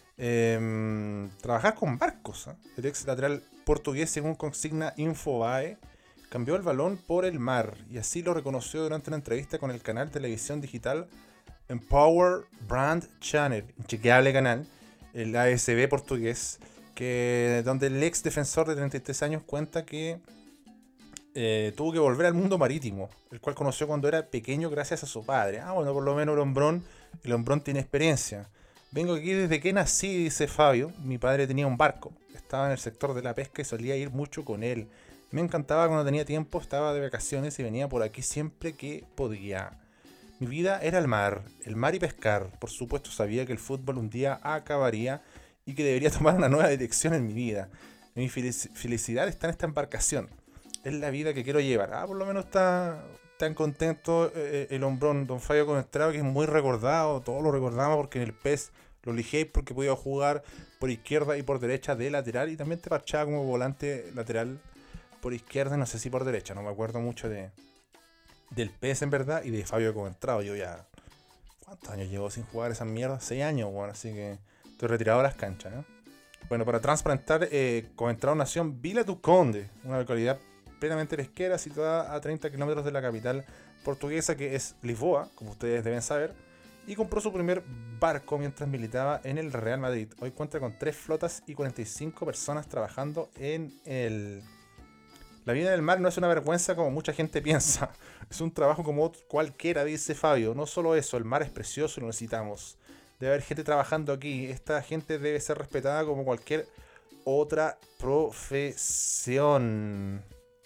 trabajar con barcos. El ex lateral portugués, según consigna Infobae, cambió el balón por el mar y así lo reconoció durante una entrevista con el canal de televisión digital Empower Brand Channel, inchequeable canal, el ASB portugués, donde el ex defensor de 33 años cuenta que tuvo que volver al mundo marítimo, el cual conoció cuando era pequeño gracias a su padre. Bueno, por lo menos el hombrón tiene experiencia. Vengo aquí desde que nací, dice Fabio. Mi padre tenía un barco, estaba en el sector de la pesca y solía ir mucho con él. Me encantaba cuando tenía tiempo, estaba de vacaciones y venía por aquí siempre que podía. Mi vida era el mar y pescar. Por supuesto sabía que el fútbol un día acabaría y que debería tomar una nueva dirección en mi vida. Mi felicidad está en esta embarcación. Es la vida que quiero llevar. Por lo menos está tan contento el hombrón don Fabio Coentrao, que es muy recordado. Todos lo recordamos porque en el PES lo elegí porque podía jugar por izquierda y por derecha de lateral y también te parchaba como volante lateral por izquierda, no sé si por derecha, no me acuerdo mucho del PES en verdad y de Fabio Coentrao. Yo ya, ¿cuántos años llevo sin jugar esas mierdas? 6 años, bueno, así que estoy retirado de las canchas, ¿no? Bueno, para transparentar, Coentrao nació en Vila do Conde, una localidad plenamente pesquera situada a 30 kilómetros de la capital portuguesa, que es Lisboa, como ustedes deben saber, y compró su primer barco mientras militaba en el Real Madrid. Hoy cuenta con 3 flotas y 45 personas trabajando en él. La vida en el mar no es una vergüenza como mucha gente piensa. Es un trabajo como cualquiera, dice Fabio. No solo eso, el mar es precioso y lo necesitamos. Debe haber gente trabajando aquí. Esta gente debe ser respetada como cualquier otra profesión.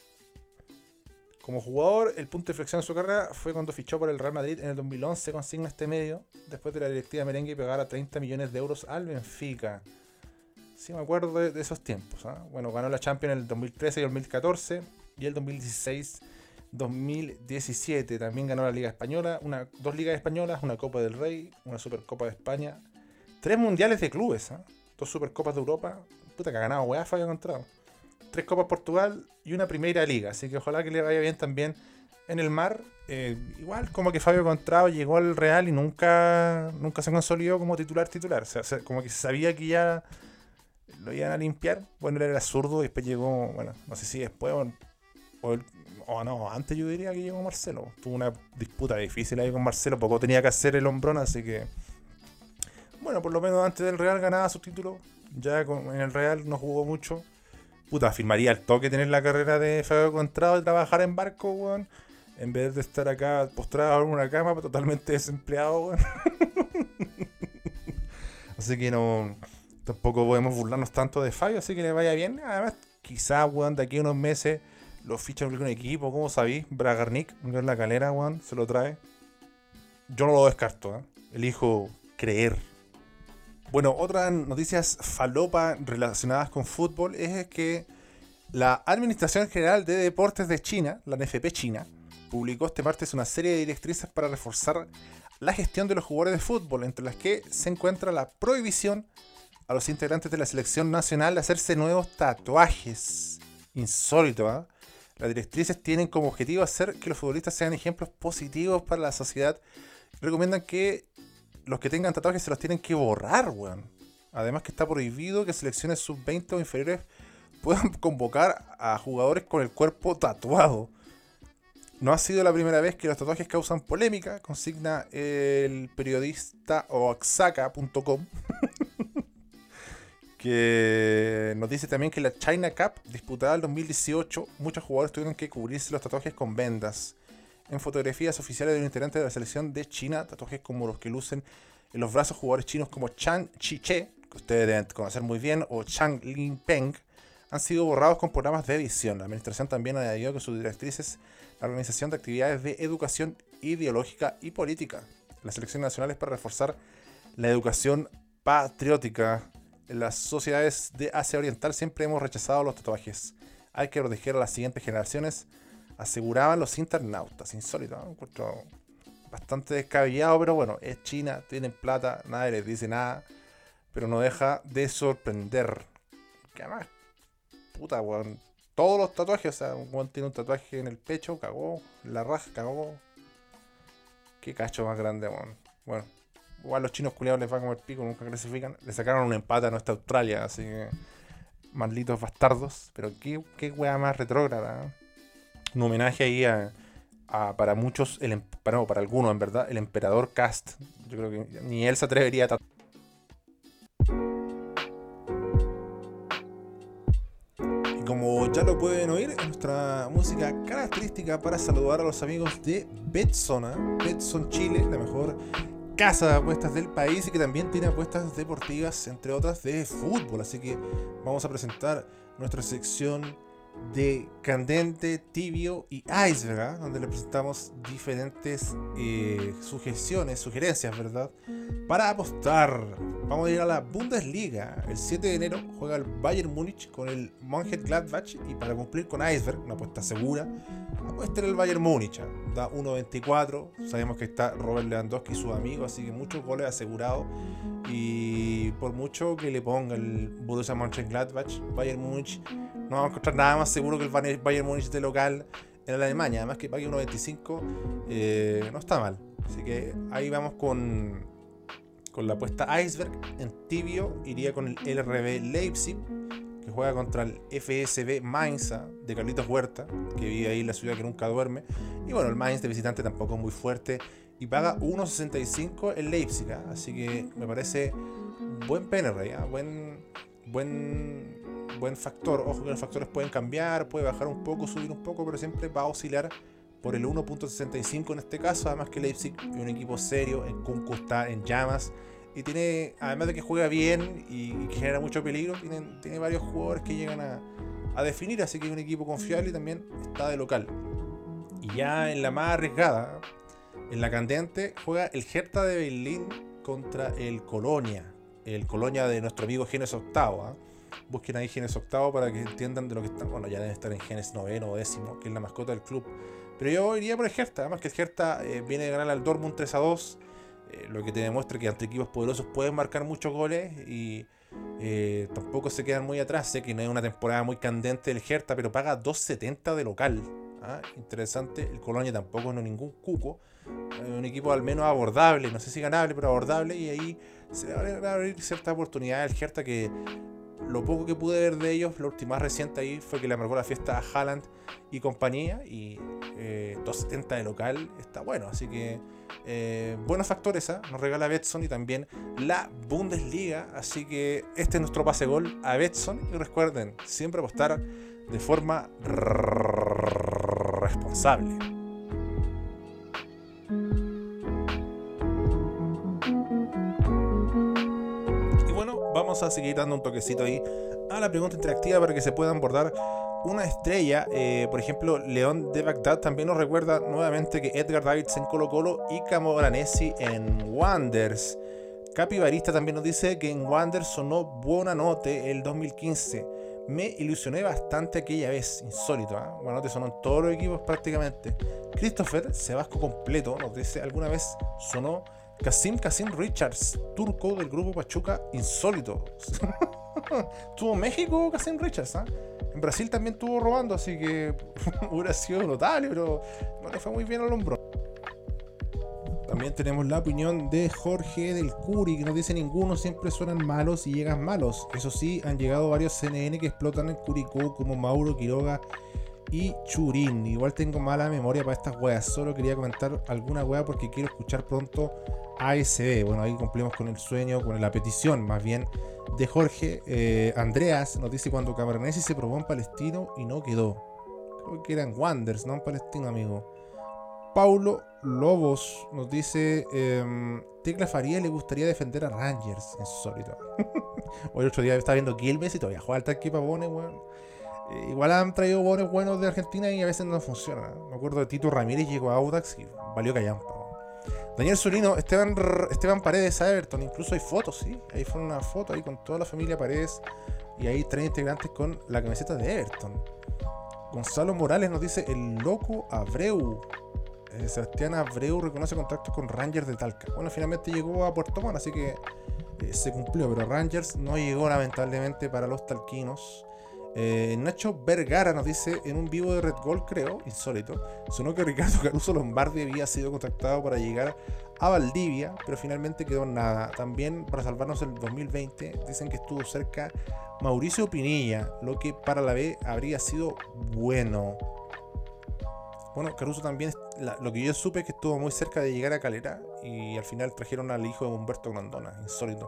Como jugador, el punto de inflexión de su carrera fue cuando fichó por el Real Madrid en el 2011, consigna este medio, después de la directiva merengue pagara 30 millones de euros al Benfica. Sí, me acuerdo de esos tiempos. Bueno, ganó la Champions en el 2013 y el 2014 y el 2016-2017. También ganó la Liga Española, 2 Ligas Españolas, una Copa del Rey, una Supercopa de España, 3 Mundiales de Clubes, 2 Supercopas de Europa. Puta que ha ganado weá, Fabio Coentrao. 3 Copas Portugal y una Primera Liga. Así que ojalá que le vaya bien también en el mar. Igual como que Fabio Coentrao llegó al Real y nunca se consolidó como titular. O sea, como que se sabía que ya lo iban a limpiar. Bueno, él era zurdo y después llegó, bueno, no sé si después o no, antes yo diría que llegó Marcelo. Tuvo una disputa difícil ahí con Marcelo, poco tenía que hacer el hombrón, así que bueno, por lo menos antes del Real ganaba su título. Ya en el Real no jugó mucho. Puta, firmaría al toque tener la carrera de Fabio Coentrao y trabajar en barco, weón. En vez de estar acá postrado en una cama totalmente desempleado, weón. Así que no, tampoco podemos burlarnos tanto de Fabio, así que le vaya bien. Además, quizás, weón, de aquí a unos meses lo fichan en algún equipo, ¿cómo sabéis? Bragarnik, en la Calera, weón, se lo trae. Yo no lo descarto, Elijo creer. Bueno, otras noticias falopa relacionadas con fútbol es que la Administración General de Deportes de China, la NFP China, publicó este martes una serie de directrices para reforzar la gestión de los jugadores de fútbol, entre las que se encuentra la prohibición a los integrantes de la selección nacional de hacerse nuevos tatuajes. Insólito, ¿eh? Las directrices tienen como objetivo hacer que los futbolistas sean ejemplos positivos para la sociedad. Recomiendan que los que tengan tatuajes se los tienen que borrar, weón. Además que está prohibido que selecciones sub-20 o inferiores puedan convocar a jugadores con el cuerpo tatuado. No ha sido la primera vez que los tatuajes causan polémica, consigna el periodista oaxaca.com, que nos dice también que la China Cup, disputada en 2018, muchos jugadores tuvieron que cubrirse los tatuajes con vendas. En fotografías oficiales de un integrante de la selección de China, tatuajes como los que lucen en los brazos jugadores chinos como Chang Chi-che, que ustedes deben conocer muy bien, o Chang Lin-peng, han sido borrados con programas de edición. La administración también ha añadido que sus directrices la organización de actividades de educación ideológica y política. Las elecciones nacionales para reforzar la educación patriótica. En las sociedades de Asia Oriental siempre hemos rechazado los tatuajes. Hay que proteger a las siguientes generaciones, aseguraban los internautas. Insólito, ¿no? Encuentro bastante descabellado, pero bueno, es China, tienen plata, nadie les dice nada, pero no deja de sorprender. Que además, puta, weón, todos los tatuajes, o sea, un weón tiene un tatuaje en el pecho, cagó, en la raja, cagó. Qué cacho más grande, weón. Bueno, igual los chinos culiados les va a comer pico, nunca clasifican. Le sacaron un empate a nuestra Australia, así que malditos bastardos. Pero qué weá más retrógrada, ¿eh? Un homenaje ahí para muchos, para algunos en verdad, el emperador Cast. Yo creo que ni él se atrevería a tatuar. Y como ya lo pueden oír, es nuestra música característica para saludar a los amigos de Betson, ¿eh? Betson Chile, la mejor casa de apuestas del país y que también tiene apuestas deportivas, entre otras de fútbol. Así que vamos a presentar nuestra sección de candente, tibio y iceberg, ¿eh? Donde le presentamos diferentes sugerencias, ¿verdad? Para apostar. Vamos a ir a la Bundesliga. El 7 de enero juega el Bayern Múnich con el Mönchengladbach y para cumplir con iceberg, una apuesta segura, apuesta en el Bayern Múnich. Da 1.24. Sabemos que está Robert Lewandowski y sus amigos, así que muchos goles asegurados. Y por mucho que le ponga el Borussia Mönchengladbach, Bayern Múnich, no vamos a encontrar nada más seguro que el Bayern Múnich de local en la Alemania. Además que pague 1.25 no está mal. Así que ahí vamos con la apuesta iceberg. En tibio iría con el RB Leipzig, que juega contra el FSV Mainz de Carlitos Huerta, que vive ahí en la ciudad que nunca duerme. Y bueno, el Mainz de visitante tampoco es muy fuerte y paga 1.65 el Leipzig, ¿eh? Así que me parece buen PNR, ¿eh? Buen factor. Ojo que los factores pueden cambiar, puede bajar un poco, subir un poco, pero siempre va a oscilar por el 1.65 en este caso. Además que Leipzig es un equipo serio, en Kunku está en llamas y tiene, además de que juega bien y que genera mucho peligro, tiene varios jugadores que llegan a definir, así que es un equipo confiable y también está de local. Y ya en la más arriesgada, en la candente, juega el Hertha de Berlín contra el Colonia de nuestro amigo Genes Octavo, ¿eh? Busquen ahí Genes Octavo para que entiendan de lo que están. Bueno, ya deben estar en Genes noveno o décimo, que es la mascota del club. Pero yo iría por el Hertha, además que el Hertha viene de ganar al Dortmund 3-2, lo que te demuestra que ante equipos poderosos pueden marcar muchos goles y tampoco se quedan muy atrás. Sé que no es una temporada muy candente del Hertha, pero paga 2.70 de local. ¿Ah? Interesante. El Colonia tampoco es ningún cuco, un equipo al menos abordable, no sé si ganable, pero abordable, y ahí se va a abrir cierta oportunidad al Hertha, que lo poco que pude ver de ellos, la última reciente ahí fue que le marcó la fiesta a Haaland y compañía, y 2.70 de local está bueno, así que buenos factores, ¿eh? Nos regala Betson y también la Bundesliga, así que este es nuestro pase gol a Betson. Y recuerden, siempre apostar de forma responsable. Y bueno, vamos a seguir dando un toquecito ahí a la pregunta interactiva para que se puedan bordar una estrella. Por ejemplo, León de Bagdad también nos recuerda nuevamente que Edgar Davids en Colo Colo y Camoranesi en Wanderers. Capibarista también nos dice que en Wander sonó Buonanotte el 2015. Me ilusioné bastante aquella vez, insólito, ¿eh? Buonanotte sonó en todos los equipos prácticamente. Christopher Sebasco completo nos dice, alguna vez sonó Kasim Richards, turco del grupo Pachuca, insólito. Tuvo México Kasim Richards, ¿eh? En Brasil también estuvo robando, así que hubiera sido notable, pero no le fue muy bien al hombro. También tenemos la opinión de Jorge del Curi, que nos dice: ninguno, siempre suenan malos y llegan malos. Eso sí, han llegado varios CNN que explotan en Curicó, como Mauro Quiroga y Churín. Igual tengo mala memoria para estas weas. Solo quería comentar alguna wea porque quiero escuchar pronto ASB. Bueno, ahí cumplimos con el sueño, con la petición más bien de Jorge. Andreas nos dice: cuando Camarnesi se probó en Palestino y no quedó. Creo que eran Wanderers, no en Palestino, amigo. Paulo Lobos nos dice: Tecla Faría le gustaría defender a Rangers. Insólito. Hoy el otro día estaba viendo Quilmes y todavía juega al tanque Pavones, weón. Igual han traído bones buenos de Argentina y a veces no funciona. Me acuerdo de Tito Ramírez, llegó a Audax y valió callampa. Daniel Zulino, Esteban Paredes a Everton, incluso hay fotos, ¿sí? Ahí fue una foto ahí con toda la familia Paredes y hay 3 integrantes con la camiseta de Everton. Gonzalo Morales nos dice: el loco Abreu. Sebastián Abreu reconoce contactos con Rangers de Talca. Bueno, finalmente llegó a Puerto Montt, así que se cumplió, pero Rangers no llegó lamentablemente para los talquinos. Nacho Vergara nos dice: en un vivo de Red Gold, creo, insólito, sonó que Ricardo Caruso Lombardi había sido contactado para llegar a Valdivia, pero finalmente quedó en nada. También, para salvarnos el 2020, dicen que estuvo cerca Mauricio Pinilla, lo que para la B habría sido bueno. Bueno, Caruso también, lo que yo supe es que estuvo muy cerca de llegar a Calera y al final trajeron al hijo de Humberto Grandona, insólito.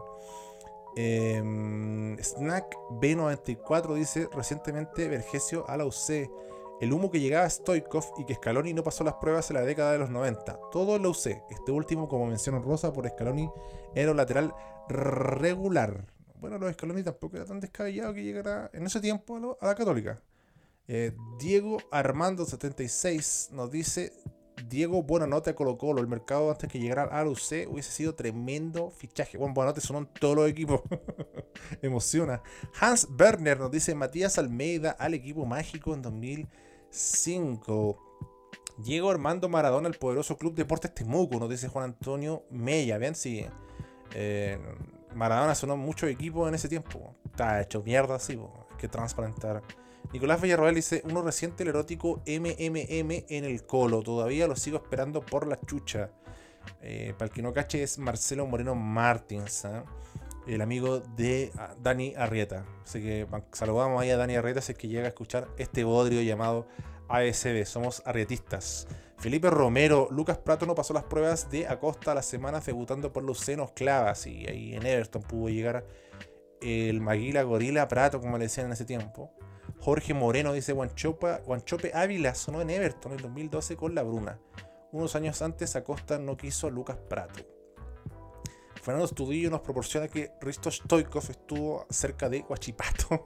Snack B94 dice: recientemente Vergesio a la UC. El humo que llegaba a Stoikov y que Scaloni no pasó las pruebas en la década de los 90. Todo en la UC. Este último, como mención honrosa por Scaloni, era un lateral regular. Bueno, los Scaloni tampoco era tan descabellado que llegara en ese tiempo a la Católica. Diego Armando 76 nos dice: Diego, Buonanotte a Colo Colo. El mercado antes que llegara a la UC hubiese sido tremendo fichaje. Bueno, Buonanotte sonó en todos los equipos. Emociona. Hans Werner nos dice: Matías Almeida al equipo mágico en 2005. Diego Armando Maradona al poderoso Club Deportes Temuco, nos dice Juan Antonio Mella. Vean si Maradona sonó muchos equipos en ese tiempo. Está hecho mierda así, hay que transparentar. Nicolás Villarroel dice: uno reciente, el erótico MMM en el Colo. Todavía lo sigo esperando por la chucha. Para el que no cache, es Marcelo Moreno Martins, el amigo de Dani Arrieta. Así que saludamos ahí a Dani Arrieta si es que llega a escuchar este bodrio llamado ASB. Somos arrietistas. Felipe Romero: Lucas Prato no pasó las pruebas de Acosta a las semanas debutando por Lucenos Clavas. Y ahí en Everton pudo llegar el Maguila Gorila Prato, como le decían en ese tiempo. Jorge Moreno dice: Guanchope Ávila sonó en Everton en 2012 con la Bruna. Unos años antes Acosta no quiso a Lucas Prato. Fernando Estudillo nos proporciona que Risto Stoikov estuvo cerca de Huachipato.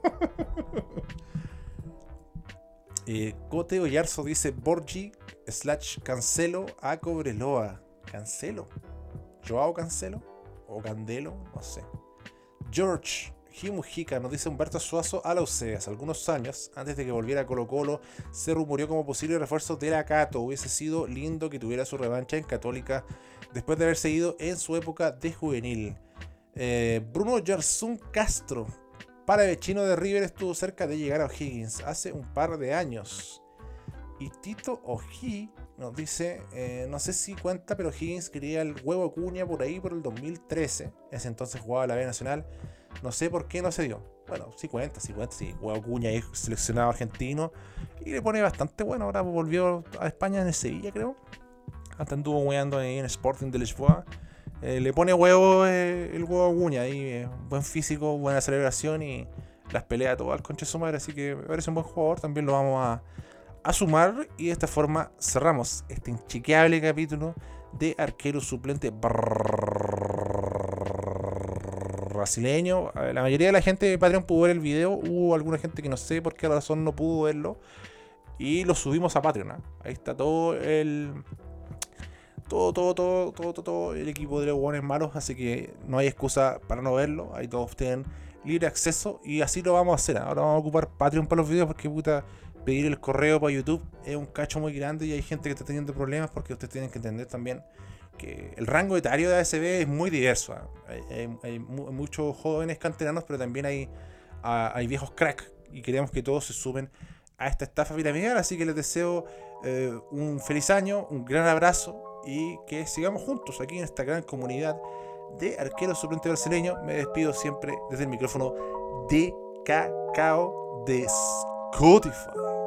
Cote Oyarzo dice: Borgi / Cancelo a Cobreloa. ¿Cancelo? ¿Joao Cancelo? ¿O Candelo? No sé. George Jimujica nos dice: Humberto Suazo a la UC. Hace algunos años, antes de que volviera a Colo Colo, se rumoreó como posible refuerzo de la Cato. Hubiese sido lindo que tuviera su revancha en Católica después de haber seguido en su época de juvenil. Bruno Gerson Castro, paravechino de River, estuvo cerca de llegar a O'Higgins hace un par de años. Y Tito Oji nos dice: no sé si cuenta, pero O'Higgins quería el huevo Acuña por ahí por el 2013. Ese entonces jugaba la B Nacional. No sé por qué no se dio. Bueno, sí cuenta, sí. Huevo Acuña es seleccionado argentino y le pone bastante bueno. Ahora volvió a España en el Sevilla, creo. Hasta anduvo hueando ahí en Sporting de Lisboa. Le pone huevo el huevo Acuña ahí. Buen físico, buena celebración y las pelea todo al conche de su madre. Así que me parece un buen jugador. También lo vamos a sumar. Y de esta forma cerramos este inchequeable capítulo de arquero suplente brasileño. La mayoría de la gente de Patreon pudo ver el video. Hubo alguna gente que no sé por qué razón no pudo verlo y lo subimos a Patreon, Ahí está todo todo el equipo de los hueones malos, así que no hay excusa para no verlo, ahí todos tienen libre acceso y así lo vamos a hacer. Ahora vamos a ocupar Patreon para los videos porque puta, pedir el correo para YouTube es un cacho muy grande y hay gente que está teniendo problemas porque ustedes tienen que entender también que el rango etario de ASB es muy diverso. Hay muchos jóvenes canteranos, pero también hay viejos crack y queremos que todos se sumen a esta estafa piramidal, así que les deseo un feliz año, un gran abrazo y que sigamos juntos aquí en esta gran comunidad de arqueros suplentes brasileños. Me despido siempre desde el micrófono de Cacao de Spotify.